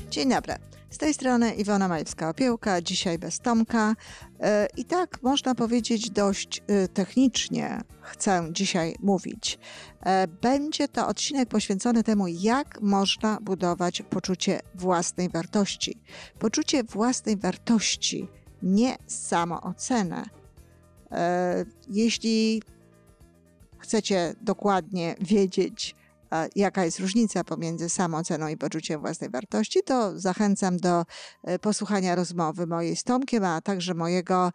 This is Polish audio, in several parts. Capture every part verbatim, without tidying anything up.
Dzień dobry, z tej strony Iwona Majewska-Opiełka, dzisiaj bez Tomka. I tak można powiedzieć dość technicznie chcę dzisiaj mówić. Będzie to odcinek poświęcony temu, jak można budować poczucie własnej wartości. Poczucie własnej wartości, nie samoocenę. Jeśli chcecie dokładnie wiedzieć, jaka jest różnica pomiędzy samooceną i poczuciem własnej wartości, to zachęcam do posłuchania rozmowy mojej z Tomkiem, a także mojego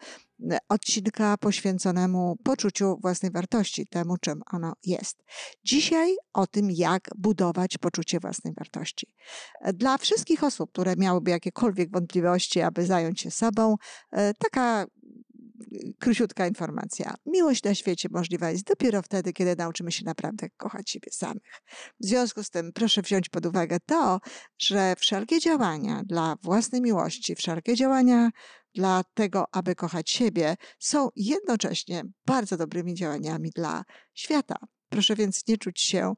odcinka poświęconemu poczuciu własnej wartości, temu czym ono jest. Dzisiaj o tym, jak budować poczucie własnej wartości. Dla wszystkich osób, które miałyby jakiekolwiek wątpliwości, aby zająć się sobą, taka króciutka informacja. Miłość na świecie możliwa jest dopiero wtedy, kiedy nauczymy się naprawdę kochać siebie samych. W związku z tym proszę wziąć pod uwagę to, że wszelkie działania dla własnej miłości, wszelkie działania dla tego, aby kochać siebie, są jednocześnie bardzo dobrymi działaniami dla świata. Proszę więc nie czuć się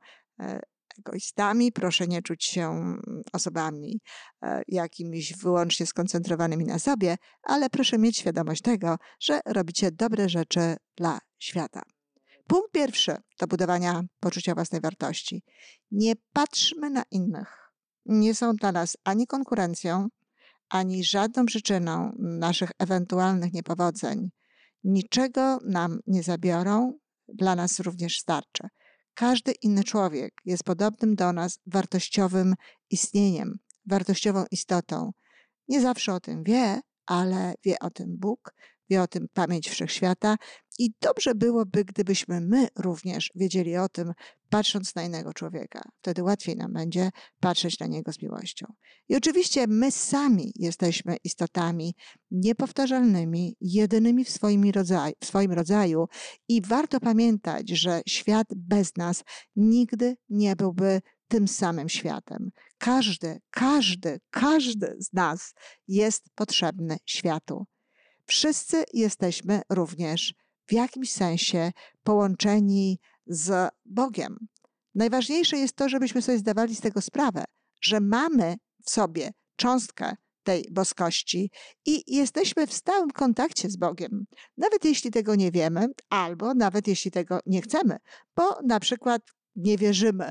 egoistami, proszę nie czuć się osobami e, jakimiś wyłącznie skoncentrowanymi na sobie, ale proszę mieć świadomość tego, że robicie dobre rzeczy dla świata. Punkt pierwszy do budowania poczucia własnej wartości. Nie patrzmy na innych. Nie są dla nas ani konkurencją, ani żadną przyczyną naszych ewentualnych niepowodzeń. Niczego nam nie zabiorą, dla nas również starczy. Każdy inny człowiek jest podobnym do nas wartościowym istnieniem, wartościową istotą. Nie zawsze o tym wie, ale wie o tym Bóg, wie o tym pamięć wszechświata i dobrze byłoby, gdybyśmy my również wiedzieli o tym, patrząc na innego człowieka. Wtedy łatwiej nam będzie patrzeć na niego z miłością. I oczywiście my sami jesteśmy istotami niepowtarzalnymi, jedynymi w swoim rodzaju, w swoim rodzaju i warto pamiętać, że świat bez nas nigdy nie byłby tym samym światem. Każdy, każdy, każdy z nas jest potrzebny światu. Wszyscy jesteśmy również w jakimś sensie połączeni z Bogiem. Najważniejsze jest to, żebyśmy sobie zdawali z tego sprawę, że mamy w sobie cząstkę tej boskości i jesteśmy w stałym kontakcie z Bogiem. Nawet jeśli tego nie wiemy, albo nawet jeśli tego nie chcemy, bo na przykład nie wierzymy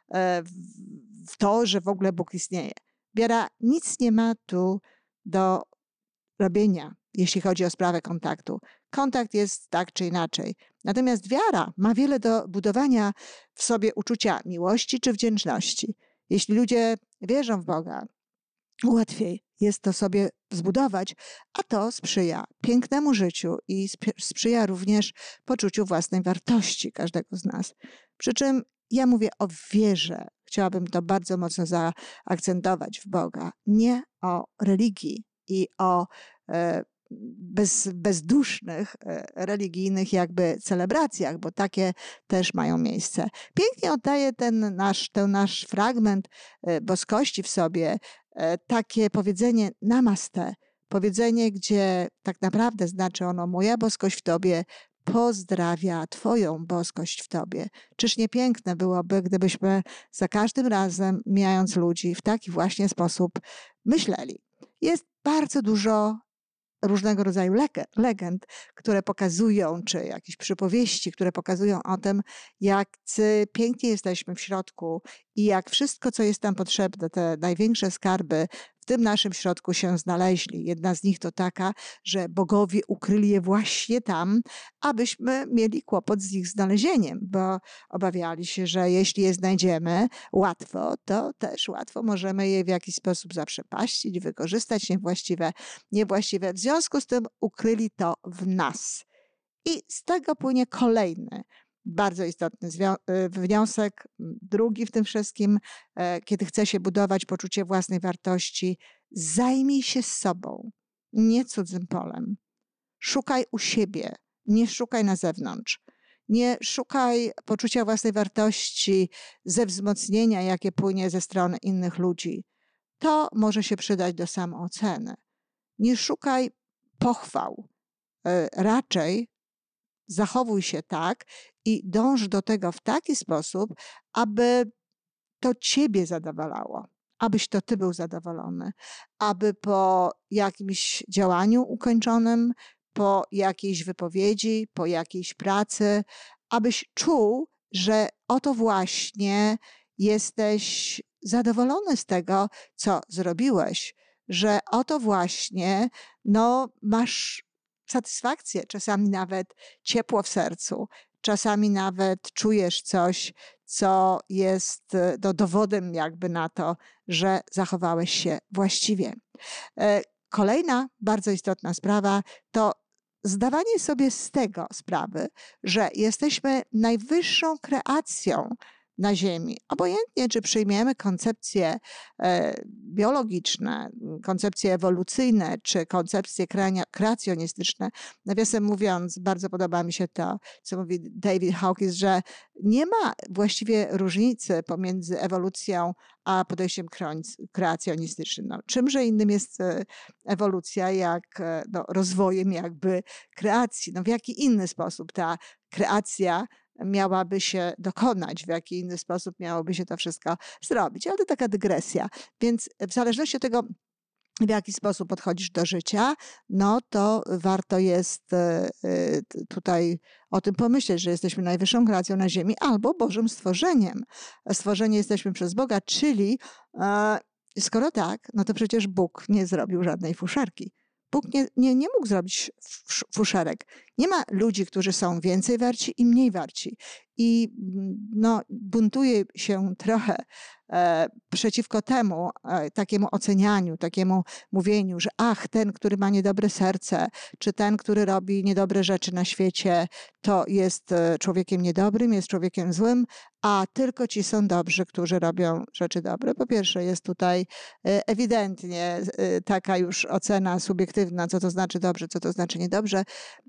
w to, że w ogóle Bóg istnieje. Wiara nic nie ma tu do robienia, jeśli chodzi o sprawę kontaktu. Kontakt jest tak czy inaczej. Natomiast wiara ma wiele do budowania w sobie uczucia miłości czy wdzięczności. Jeśli ludzie wierzą w Boga, łatwiej jest to sobie zbudować, a to sprzyja pięknemu życiu i sprzyja również poczuciu własnej wartości każdego z nas. Przy czym ja mówię o wierze. Chciałabym to bardzo mocno zaakcentować w Boga. Nie o religii i o e, bez, bezdusznych e, religijnych jakby celebracjach, bo takie też mają miejsce. Pięknie oddaje ten nasz, ten nasz fragment e, boskości w sobie e, takie powiedzenie namaste. Powiedzenie, gdzie tak naprawdę znaczy ono moja boskość w Tobie pozdrawia Twoją boskość w Tobie. Czyż nie piękne byłoby, gdybyśmy za każdym razem, mijając ludzi, w taki właśnie sposób myśleli. Jest bardzo dużo różnego rodzaju legend, które pokazują, czy jakieś przypowieści, które pokazują o tym, jak pięknie jesteśmy w środku i jak wszystko, co jest nam potrzebne, te największe skarby w tym naszym środku się znaleźli. Jedna z nich to taka, że bogowie ukryli je właśnie tam, abyśmy mieli kłopot z ich znalezieniem, bo obawiali się, że jeśli je znajdziemy łatwo, to też łatwo możemy je w jakiś sposób zaprzepaścić, wykorzystać niewłaściwe, niewłaściwe. W związku z tym ukryli to w nas. I z tego płynie kolejny bardzo istotny wniosek, drugi w tym wszystkim, kiedy chce się budować poczucie własnej wartości, zajmij się sobą, nie cudzym polem. Szukaj u siebie, nie szukaj na zewnątrz. Nie szukaj poczucia własnej wartości ze wzmocnienia, jakie płynie ze strony innych ludzi. To może się przydać do samooceny. Nie szukaj pochwał. Raczej zachowuj się tak i dąż do tego w taki sposób, aby to ciebie zadowalało, abyś to ty był zadowolony, aby po jakimś działaniu ukończonym, po jakiejś wypowiedzi, po jakiejś pracy, abyś czuł, że oto właśnie jesteś zadowolony z tego, co zrobiłeś, że oto właśnie no, masz satysfakcję, czasami nawet ciepło w sercu, czasami nawet czujesz coś, co jest no, dowodem jakby na to, że zachowałeś się właściwie. Kolejna bardzo istotna sprawa to zdawanie sobie z tego sprawy, że jesteśmy najwyższą kreacją na Ziemi. Obojętnie, czy przyjmiemy koncepcje e, biologiczne, koncepcje ewolucyjne, czy koncepcje kreacjonistyczne. Nawiasem mówiąc, bardzo podoba mi się to, co mówi David Hawkins, że nie ma właściwie różnicy pomiędzy ewolucją a podejściem kreacjonistycznym. No, czymże innym jest ewolucja, jak no, rozwojem jakby kreacji. No, w jaki inny sposób ta kreacja miałaby się dokonać, w jaki inny sposób miałoby się to wszystko zrobić. Ale to taka dygresja. Więc w zależności od tego, w jaki sposób podchodzisz do życia, no to warto jest tutaj o tym pomyśleć, że jesteśmy najwyższą kreacją na ziemi albo Bożym stworzeniem. Stworzeni jesteśmy przez Boga, czyli skoro tak, no to przecież Bóg nie zrobił żadnej fuszerki. Bóg nie, nie, nie mógł zrobić fuszerek. Nie ma ludzi, którzy są więcej warci i mniej warci. I no, buntuje się trochę e, przeciwko temu, e, takiemu ocenianiu, takiemu mówieniu, że ach, ten, który ma niedobre serce, czy ten, który robi niedobre rzeczy na świecie, to jest człowiekiem niedobrym, jest człowiekiem złym, a tylko ci są dobrzy, którzy robią rzeczy dobre. Po pierwsze, jest tutaj e, ewidentnie e, taka już ocena subiektywna, co to znaczy dobrze, co to znaczy niedobrze.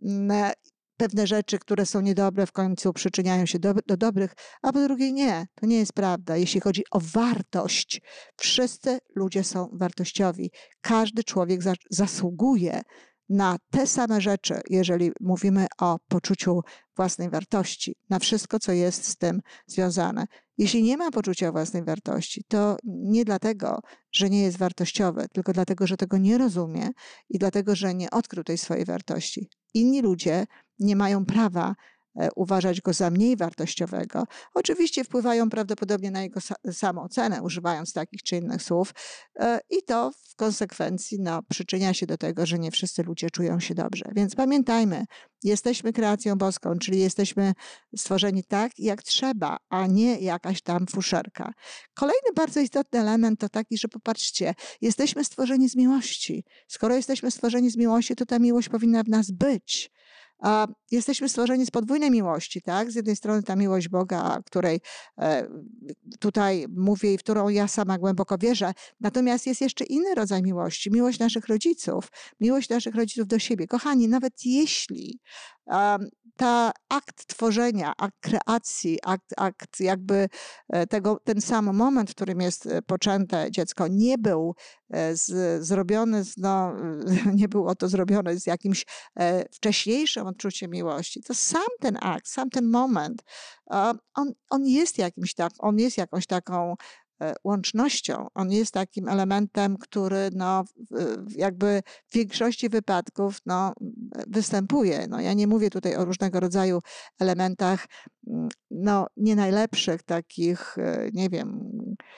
Pewne rzeczy, które są niedobre, w końcu przyczyniają się do, do dobrych, a po drugie nie, to nie jest prawda. Jeśli chodzi o wartość, wszyscy ludzie są wartościowi. Każdy człowiek za, zasługuje na te same rzeczy, jeżeli mówimy o poczuciu własnej wartości, na wszystko, co jest z tym związane. Jeśli nie ma poczucia własnej wartości, to nie dlatego, że nie jest wartościowy, tylko dlatego, że tego nie rozumie i dlatego, że nie odkrył tej swojej wartości. Inni ludzie nie mają prawa uważać go za mniej wartościowego. Oczywiście wpływają prawdopodobnie na jego samoocenę, używając takich czy innych słów i to w konsekwencji no, przyczynia się do tego, że nie wszyscy ludzie czują się dobrze. Więc pamiętajmy, jesteśmy kreacją boską, czyli jesteśmy stworzeni tak, jak trzeba, a nie jakaś tam fuszerka. Kolejny bardzo istotny element to taki, że popatrzcie, jesteśmy stworzeni z miłości. Skoro jesteśmy stworzeni z miłości, to ta miłość powinna w nas być. A jesteśmy stworzeni z podwójnej miłości, tak? Z jednej strony ta miłość Boga, której e, tutaj mówię i w którą ja sama głęboko wierzę, natomiast jest jeszcze inny rodzaj miłości, miłość naszych rodziców, miłość naszych rodziców do siebie. Kochani, nawet jeśli um, ta akt tworzenia, akt kreacji, akt, akt jakby tego, ten sam moment, w którym jest poczęte dziecko, nie był z, zrobiony, z, no, nie było to zrobione z jakimś e, wcześniejszym odczuciem miłości, to sam ten akt, sam ten moment, on, on jest jakimś tak, on jest jakąś taką łącznością. On jest takim elementem, który no, jakby w większości wypadków no, występuje. No, ja nie mówię tutaj o różnego rodzaju elementach no, nie najlepszych, takich, nie wiem,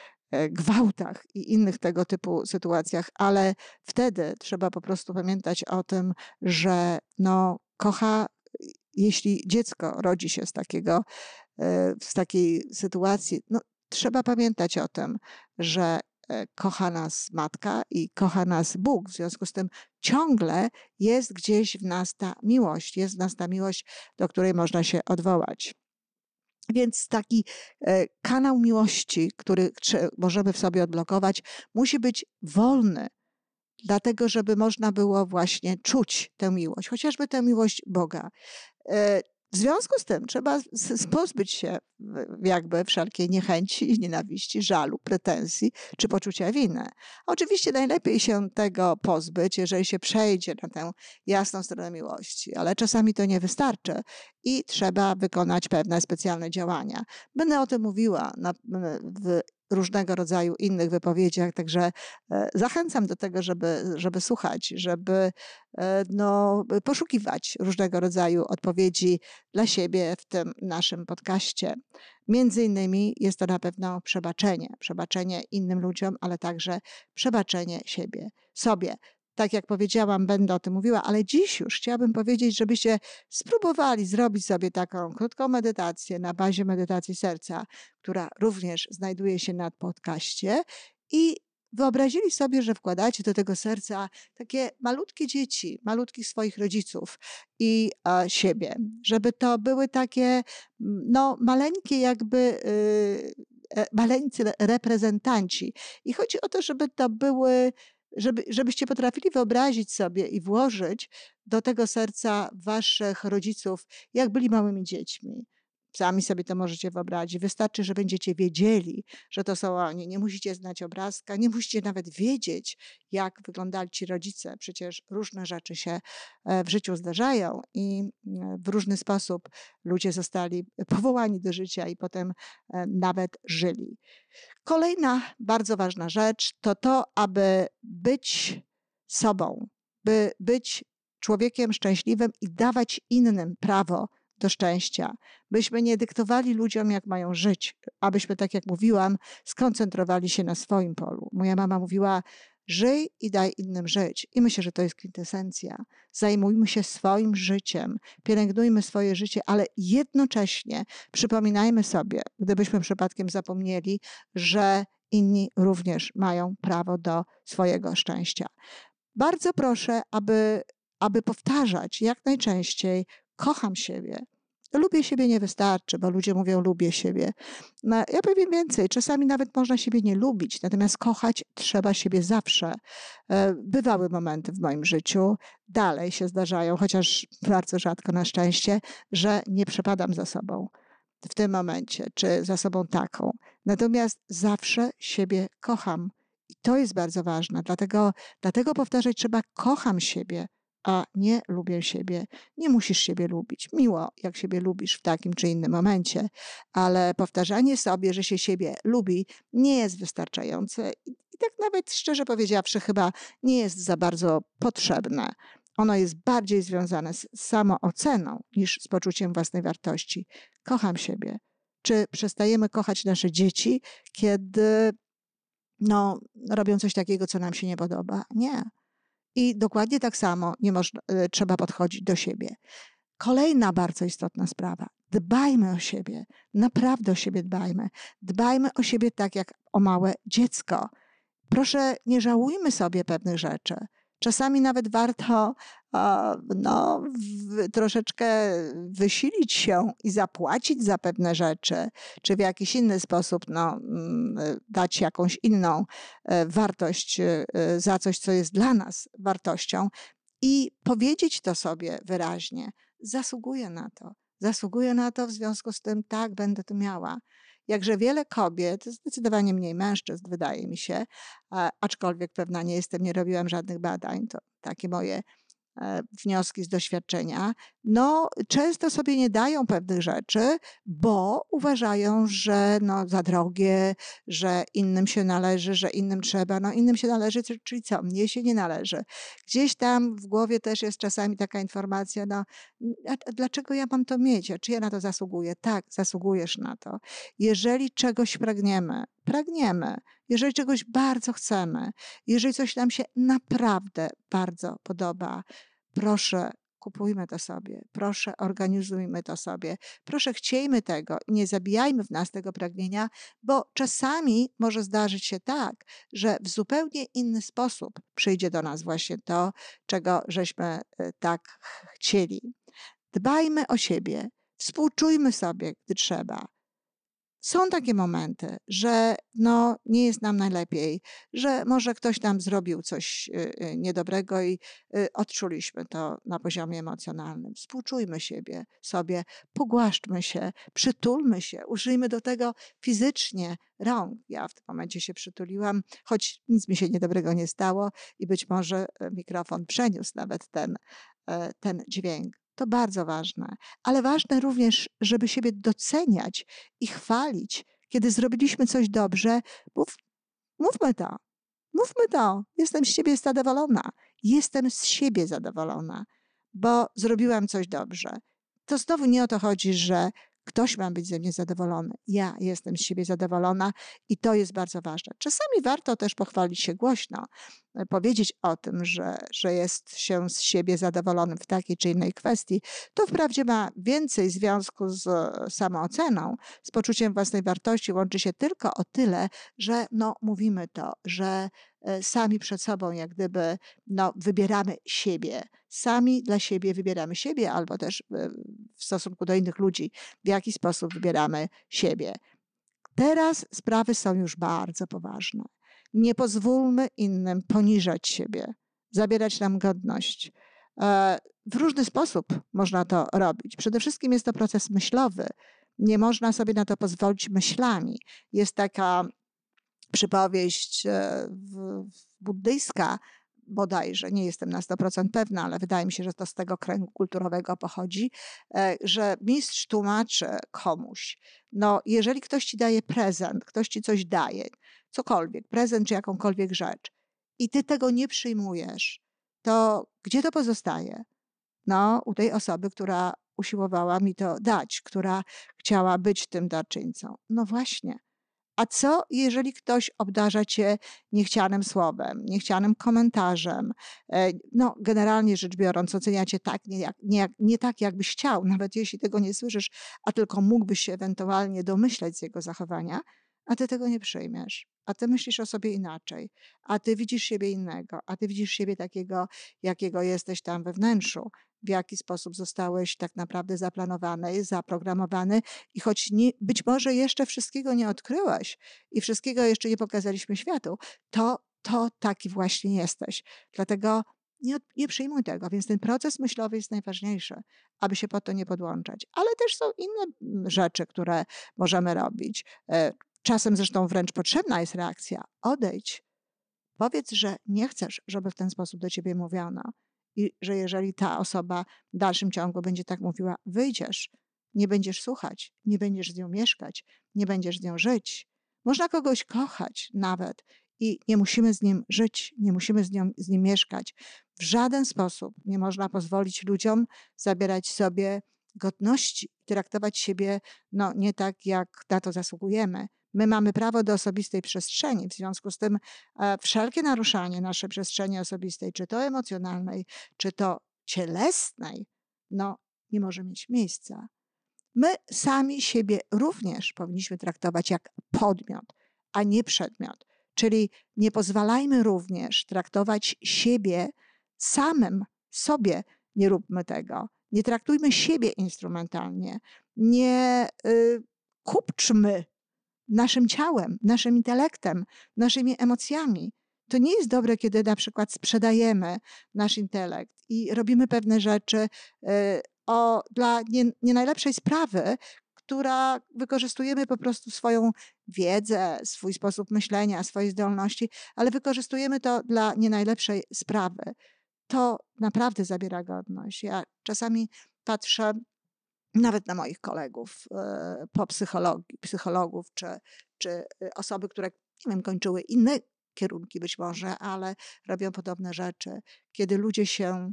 gwałtach i innych tego typu sytuacjach, ale wtedy trzeba po prostu pamiętać o tym, że no, kocha, jeśli dziecko rodzi się z takiego, z takiej sytuacji, no, trzeba pamiętać o tym, że kocha nas matka i kocha nas Bóg. W związku z tym ciągle jest gdzieś w nas ta miłość, jest w nas ta miłość, do której można się odwołać. Więc taki kanał miłości, który możemy w sobie odblokować, musi być wolny, dlatego żeby można było właśnie czuć tę miłość, chociażby tę miłość Boga. W związku z tym trzeba pozbyć się jakby wszelkiej niechęci, nienawiści, żalu, pretensji czy poczucia winy. Oczywiście najlepiej się tego pozbyć, jeżeli się przejdzie na tę jasną stronę miłości, ale czasami to nie wystarczy i trzeba wykonać pewne specjalne działania. Będę o tym mówiła na, w różnego rodzaju innych wypowiedziach, także zachęcam do tego, żeby, żeby słuchać, żeby no, poszukiwać różnego rodzaju odpowiedzi dla siebie w tym naszym podcaście. Między innymi jest to na pewno przebaczenie. Przebaczenie innym ludziom, ale także przebaczenie siebie, sobie. Tak jak powiedziałam, będę o tym mówiła, ale dziś już chciałabym powiedzieć, żebyście spróbowali zrobić sobie taką krótką medytację na bazie medytacji serca, która również znajduje się na podcaście i wyobrazili sobie, że wkładacie do tego serca takie malutkie dzieci, malutkich swoich rodziców i a, siebie, żeby to były takie no, maleńkie jakby yy, maleńcy reprezentanci. I chodzi o to, żeby to były Żeby, żebyście potrafili wyobrazić sobie i włożyć do tego serca waszych rodziców, jak byli małymi dziećmi. Sami sobie to możecie wyobrazić. Wystarczy, że będziecie wiedzieli, że to są oni. Nie musicie znać obrazka, nie musicie nawet wiedzieć, jak wyglądali ci rodzice. Przecież różne rzeczy się w życiu zdarzają i w różny sposób ludzie zostali powołani do życia i potem nawet żyli. Kolejna bardzo ważna rzecz to to, aby być sobą, by być człowiekiem szczęśliwym i dawać innym prawo do szczęścia. Byśmy nie dyktowali ludziom, jak mają żyć, abyśmy, tak jak mówiłam, skoncentrowali się na swoim polu. Moja mama mówiła, żyj i daj innym żyć. I myślę, że to jest kwintesencja. Zajmujmy się swoim życiem, pielęgnujmy swoje życie, ale jednocześnie przypominajmy sobie, gdybyśmy przypadkiem zapomnieli, że inni również mają prawo do swojego szczęścia. Bardzo proszę, aby, aby powtarzać jak najczęściej: kocham siebie. Lubię siebie nie wystarczy, bo ludzie mówią lubię siebie. No, ja powiem więcej, czasami nawet można siebie nie lubić, natomiast kochać trzeba siebie zawsze. Bywały momenty w moim życiu, dalej się zdarzają, chociaż bardzo rzadko na szczęście, że nie przepadam za sobą w tym momencie, czy za sobą taką. Natomiast zawsze siebie kocham i to jest bardzo ważne, dlatego, dlatego powtarzać trzeba: kocham siebie, a nie lubię siebie. Nie musisz siebie lubić. Miło, jak siebie lubisz w takim czy innym momencie, ale powtarzanie sobie, że się siebie lubi, nie jest wystarczające i, i tak nawet szczerze powiedziawszy chyba nie jest za bardzo potrzebne. Ono jest bardziej związane z samooceną niż z poczuciem własnej wartości. Kocham siebie. Czy przestajemy kochać nasze dzieci, kiedy no, robią coś takiego, co nam się nie podoba? Nie. I dokładnie tak samo nie można, trzeba podchodzić do siebie. Kolejna bardzo istotna sprawa. Dbajmy o siebie. Naprawdę o siebie dbajmy. Dbajmy o siebie tak jak o małe dziecko. Proszę, nie żałujmy sobie pewnych rzeczy. Czasami nawet warto no, w, troszeczkę wysilić się i zapłacić za pewne rzeczy, czy w jakiś inny sposób no, dać jakąś inną wartość za coś, co jest dla nas wartością i powiedzieć to sobie wyraźnie. Zasługuję na to. Zasługuję na to, w związku z tym tak, będę to miała. Jakże wiele kobiet, zdecydowanie mniej mężczyzn, wydaje mi się, aczkolwiek pewna nie jestem, nie robiłam żadnych badań, to takie moje wnioski z doświadczenia, no często sobie nie dają pewnych rzeczy, bo uważają, że no za drogie, że innym się należy, że innym trzeba, no innym się należy, czyli co, mnie się nie należy. Gdzieś tam w głowie też jest czasami taka informacja, no a dlaczego ja mam to mieć, a czy ja na to zasługuję? Tak, zasługujesz na to. Jeżeli czegoś pragniemy, pragniemy, jeżeli czegoś bardzo chcemy, jeżeli coś nam się naprawdę bardzo podoba, proszę, kupujmy to sobie, proszę, organizujmy to sobie, proszę, chciejmy tego i nie zabijajmy w nas tego pragnienia, bo czasami może zdarzyć się tak, że w zupełnie inny sposób przyjdzie do nas właśnie to, czego żeśmy tak chcieli. Dbajmy o siebie, współczujmy sobie, gdy trzeba. Są takie momenty, że no, nie jest nam najlepiej, że może ktoś nam zrobił coś niedobrego i odczuliśmy to na poziomie emocjonalnym. Współczujmy siebie, sobie, pogłaszczmy się, przytulmy się, użyjmy do tego fizycznie rąk. Ja w tym momencie się przytuliłam, choć nic mi się niedobrego nie stało i być może mikrofon przeniósł nawet ten, ten dźwięk. To bardzo ważne, ale ważne również, żeby siebie doceniać i chwalić, Kiedy zrobiliśmy coś dobrze, mów, mówmy to. Mówmy to. Jestem z siebie zadowolona. Jestem z siebie zadowolona, bo zrobiłam coś dobrze. To znowu nie o to chodzi, że ktoś ma być ze mnie zadowolony. Ja jestem z siebie zadowolona i to jest bardzo ważne. Czasami warto też pochwalić się głośno, powiedzieć o tym, że, że jest się z siebie zadowolonym w takiej czy innej kwestii. To wprawdzie ma więcej związku z samooceną, z poczuciem własnej wartości, łączy się tylko o tyle, że no, mówimy to, że sami przed sobą jak gdyby no, wybieramy siebie. Sami dla siebie wybieramy siebie albo też w stosunku do innych ludzi, w jaki sposób wybieramy siebie. Teraz sprawy są już bardzo poważne. Nie pozwólmy innym poniżać siebie, zabierać nam godność. W różny sposób można to robić. Przede wszystkim jest to proces myślowy. Nie można sobie na to pozwolić myślami. Jest taka przypowieść buddyjska, bodajże, nie jestem na sto procent pewna, ale wydaje mi się, że to z tego kręgu kulturowego pochodzi, że mistrz tłumaczy komuś, no jeżeli ktoś ci daje prezent, ktoś ci coś daje, cokolwiek, prezent czy jakąkolwiek rzecz i ty tego nie przyjmujesz, to gdzie to pozostaje? No u tej osoby, która usiłowała mi to dać, która chciała być tym darczyńcą. No właśnie. A co, jeżeli ktoś obdarza cię niechcianym słowem, niechcianym komentarzem? No, generalnie rzecz biorąc, ocenia cię tak, nie, jak, nie, nie tak, jakbyś chciał, nawet jeśli tego nie słyszysz, a tylko mógłbyś się ewentualnie domyślać z jego zachowania, a ty tego nie przyjmiesz. A ty myślisz o sobie inaczej, a ty widzisz siebie innego, a ty widzisz siebie takiego, jakiego jesteś tam we wnętrzu, w jaki sposób zostałeś tak naprawdę zaplanowany, zaprogramowany i choć nie, być może jeszcze wszystkiego nie odkryłeś i wszystkiego jeszcze nie pokazaliśmy światu, to, to taki właśnie jesteś. Dlatego nie, nie przyjmuj tego, więc ten proces myślowy jest najważniejszy, aby się pod to nie podłączać. Ale też są inne rzeczy, które możemy robić. Czasem zresztą wręcz potrzebna jest reakcja. Odejdź. Powiedz, że nie chcesz, żeby w ten sposób do ciebie mówiono. I że jeżeli ta osoba w dalszym ciągu będzie tak mówiła, wyjdziesz, nie będziesz słuchać, nie będziesz z nią mieszkać, nie będziesz z nią żyć. Można kogoś kochać nawet i nie musimy z nim żyć, nie musimy z, nią, z nim mieszkać. W żaden sposób nie można pozwolić ludziom zabierać sobie godności, traktować siebie no, nie tak, jak na to zasługujemy. My mamy prawo do osobistej przestrzeni, w związku z tym e, wszelkie naruszanie naszej przestrzeni osobistej, czy to emocjonalnej, czy to cielesnej, no nie może mieć miejsca. My sami siebie również powinniśmy traktować jak podmiot, a nie przedmiot. Czyli nie pozwalajmy również traktować siebie samym sobie, nie róbmy tego. Nie traktujmy siebie instrumentalnie, nie y, kupczmy naszym ciałem, naszym intelektem, naszymi emocjami. To nie jest dobre, kiedy na przykład sprzedajemy nasz intelekt i robimy pewne rzeczy y, o, dla nie, nie najlepszej sprawy, która wykorzystujemy po prostu swoją wiedzę, swój sposób myślenia, swoje zdolności, ale wykorzystujemy to dla nie najlepszej sprawy. To naprawdę zabiera godność. Ja czasami patrzę nawet na moich kolegów po psychologii, psychologów, czy, czy osoby, które, nie wiem, kończyły inne kierunki być może, ale robią podobne rzeczy. Kiedy ludzie się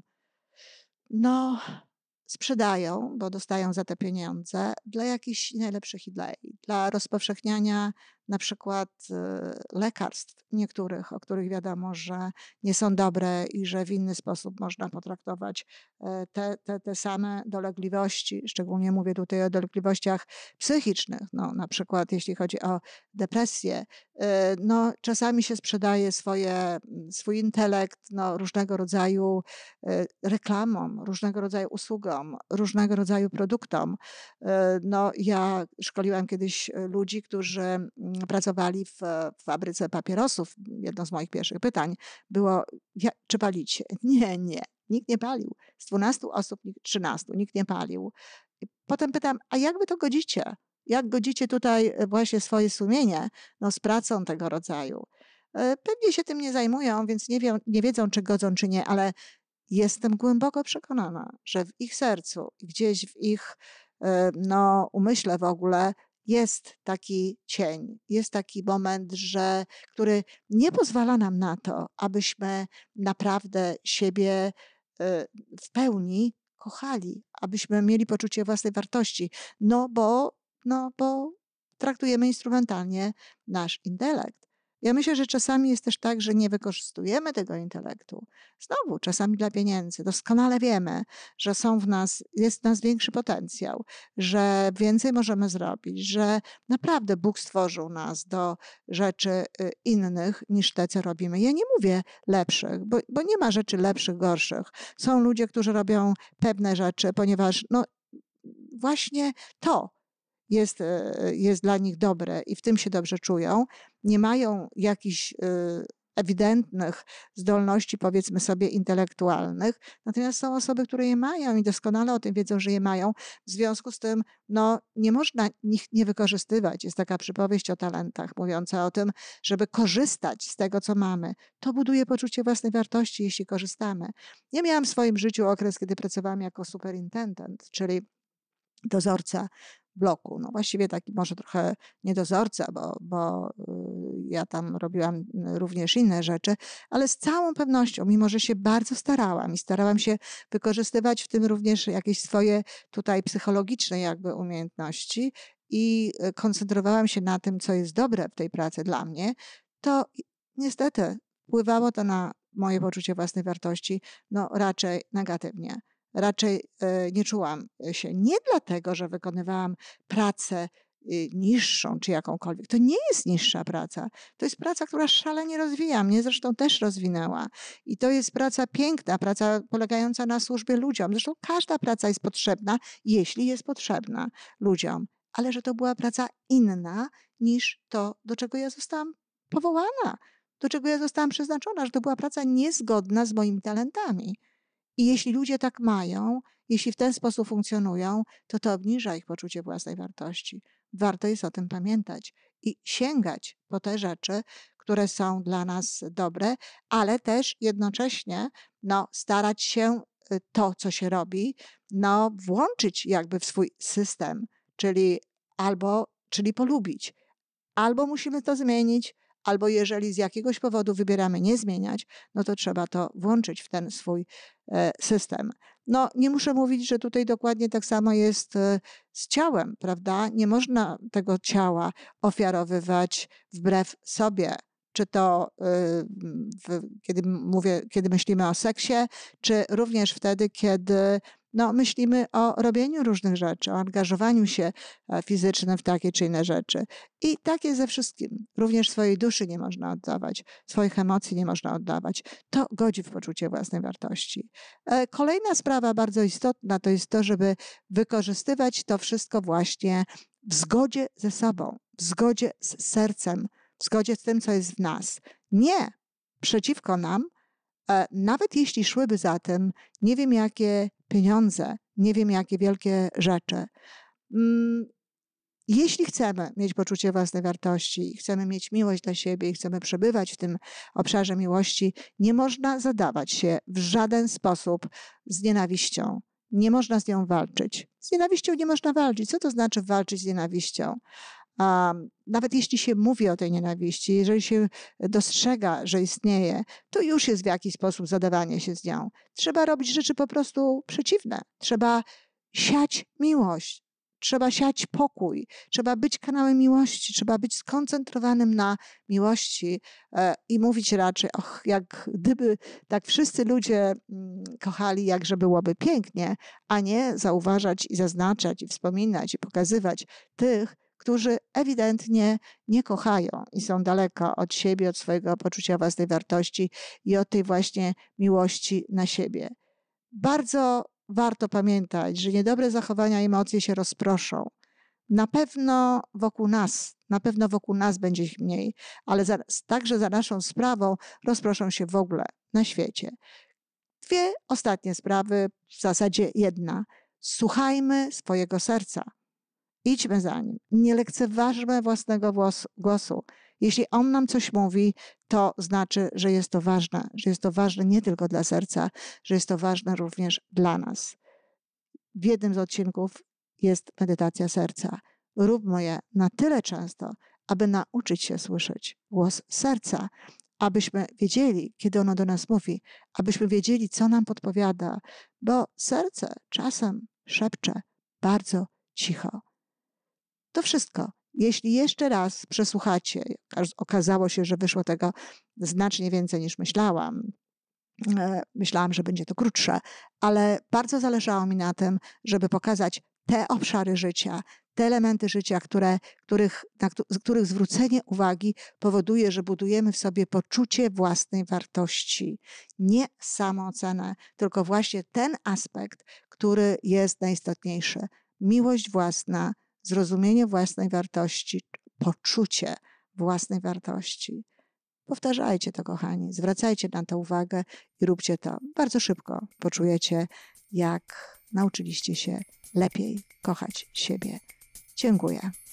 no, sprzedają, bo dostają za te pieniądze, dla jakichś najlepszych idei, dla rozpowszechniania na przykład lekarstw niektórych, o których wiadomo, że nie są dobre i że w inny sposób można potraktować te, te, te same dolegliwości, szczególnie mówię tutaj o dolegliwościach psychicznych, no, na przykład jeśli chodzi o depresję, no, czasami się sprzedaje swoje, swój intelekt no, różnego rodzaju reklamom, różnego rodzaju usługom, różnego rodzaju produktom. No, ja szkoliłam kiedyś ludzi, którzy pracowali w, w fabryce papierosów. Jedno z moich pierwszych pytań było, ja, czy palicie? Nie, nie. Nikt nie palił. Z dwunastu osób, trzynastu, nikt nie palił. I potem pytam, a jak wy to godzicie? Jak godzicie tutaj właśnie swoje sumienie no, z pracą tego rodzaju? Pewnie się tym nie zajmują, więc nie, wiem, nie wiedzą, czy godzą, czy nie, ale jestem głęboko przekonana, że w ich sercu, gdzieś w ich no, umyśle w ogóle jest taki cień, jest taki moment, że, który nie pozwala nam na to, abyśmy naprawdę siebie w pełni kochali, abyśmy mieli poczucie własnej wartości. No bo, no bo traktujemy instrumentalnie nasz intelekt. Ja myślę, że czasami jest też tak, że nie wykorzystujemy tego intelektu. Znowu, czasami dla pieniędzy. Doskonale wiemy, że są w nas, jest w nas większy potencjał, że więcej możemy zrobić, że naprawdę Bóg stworzył nas do rzeczy innych niż te, co robimy. Ja nie mówię lepszych, bo, bo nie ma rzeczy lepszych, gorszych. Są ludzie, którzy robią pewne rzeczy, ponieważ no, właśnie to jest, jest dla nich dobre i w tym się dobrze czują. Nie mają jakichś ewidentnych zdolności, powiedzmy sobie, intelektualnych, natomiast są osoby, które je mają i doskonale o tym wiedzą, że je mają. W związku z tym no, nie można ich nie wykorzystywać. Jest taka przypowieść o talentach mówiąca o tym, żeby korzystać z tego, co mamy. To buduje poczucie własnej wartości, jeśli korzystamy. Ja miałam w swoim życiu okres, kiedy pracowałam jako superintendent, czyli dozorca bloku. No właściwie taki może trochę nie dozorca, bo, bo ja tam robiłam również inne rzeczy, ale z całą pewnością, mimo że się bardzo starałam i starałam się wykorzystywać w tym również jakieś swoje tutaj psychologiczne jakby umiejętności i koncentrowałam się na tym, co jest dobre w tej pracy dla mnie, to niestety wpływało to na moje poczucie własnej wartości no raczej negatywnie. Raczej nie czułam się. Nie dlatego, że wykonywałam pracę niższą czy jakąkolwiek. To nie jest niższa praca. To jest praca, która szalenie rozwija. Mnie zresztą też rozwinęła. I to jest praca piękna, praca polegająca na służbie ludziom. Zresztą każda praca jest potrzebna, jeśli jest potrzebna ludziom. Ale że to była praca inna niż to, do czego ja zostałam powołana, do czego ja zostałam przeznaczona, że to była praca niezgodna z moimi talentami. I jeśli ludzie tak mają, jeśli w ten sposób funkcjonują, to to obniża ich poczucie własnej wartości. Warto jest o tym pamiętać i sięgać po te rzeczy, które są dla nas dobre, ale też jednocześnie no, starać się to, co się robi, no, włączyć jakby w swój system, czyli albo, czyli polubić. Albo musimy to zmienić, albo jeżeli z jakiegoś powodu wybieramy nie zmieniać, no to trzeba to włączyć w ten swój system. No nie muszę mówić, że tutaj dokładnie tak samo jest z ciałem, prawda? Nie można tego ciała ofiarowywać wbrew sobie. Czy to w, kiedy mówię, kiedy myślimy o seksie, czy również wtedy, kiedy no, myślimy o robieniu różnych rzeczy, o angażowaniu się fizycznym w takie czy inne rzeczy. I tak jest ze wszystkim. Również swojej duszy nie można oddawać, swoich emocji nie można oddawać. To godzi w poczucie własnej wartości. Kolejna sprawa bardzo istotna to jest to, żeby wykorzystywać to wszystko właśnie w zgodzie ze sobą, w zgodzie z sercem, w zgodzie z tym, co jest w nas. Nie przeciwko nam, nawet jeśli szłyby za tym nie wiem jakie pieniądze, nie wiem jakie wielkie rzeczy. Jeśli chcemy mieć poczucie własnej wartości, chcemy mieć miłość dla siebie i chcemy przebywać w tym obszarze miłości, nie można zadawać się w żaden sposób z nienawiścią. Nie można z nią walczyć. Z nienawiścią nie można walczyć. Co to znaczy walczyć z nienawiścią? Um, nawet jeśli się mówi o tej nienawiści, jeżeli się dostrzega, że istnieje, to już jest w jakiś sposób zadawanie się z nią. Trzeba robić rzeczy po prostu przeciwne. Trzeba siać miłość, trzeba siać pokój, trzeba być kanałem miłości, trzeba być skoncentrowanym na miłości e, i mówić raczej, och, jak gdyby tak wszyscy ludzie mm, kochali, jakże byłoby pięknie, a nie zauważać i zaznaczać i wspominać i pokazywać tych, którzy ewidentnie nie kochają i są daleko od siebie, od swojego poczucia własnej wartości i od tej właśnie miłości na siebie. Bardzo warto pamiętać, że niedobre zachowania i emocje się rozproszą. Na pewno wokół nas, na pewno wokół nas będzie ich mniej, ale za, także za naszą sprawą rozproszą się w ogóle na świecie. Dwie ostatnie sprawy, w zasadzie jedna. Słuchajmy swojego serca. Idźmy za nim. Nie lekceważmy własnego głosu. Jeśli on nam coś mówi, to znaczy, że jest to ważne. Że jest to ważne nie tylko dla serca, że jest to ważne również dla nas. W jednym z odcinków jest medytacja serca. Róbmy je na tyle często, aby nauczyć się słyszeć głos serca, abyśmy wiedzieli, kiedy ono do nas mówi, abyśmy wiedzieli, co nam podpowiada, bo serce czasem szepcze bardzo cicho. To wszystko. Jeśli jeszcze raz przesłuchacie, okazało się, że wyszło tego znacznie więcej niż myślałam, myślałam, że będzie to krótsze, ale bardzo zależało mi na tym, żeby pokazać te obszary życia, te elementy życia, które, których, na których zwrócenie uwagi powoduje, że budujemy w sobie poczucie własnej wartości. Nie samoocenę, tylko właśnie ten aspekt, który jest najistotniejszy. Miłość własna, zrozumienie własnej wartości, poczucie własnej wartości. Powtarzajcie to, kochani, zwracajcie na to uwagę i róbcie to. Bardzo szybko poczujecie, jak nauczyliście się lepiej kochać siebie. Dziękuję.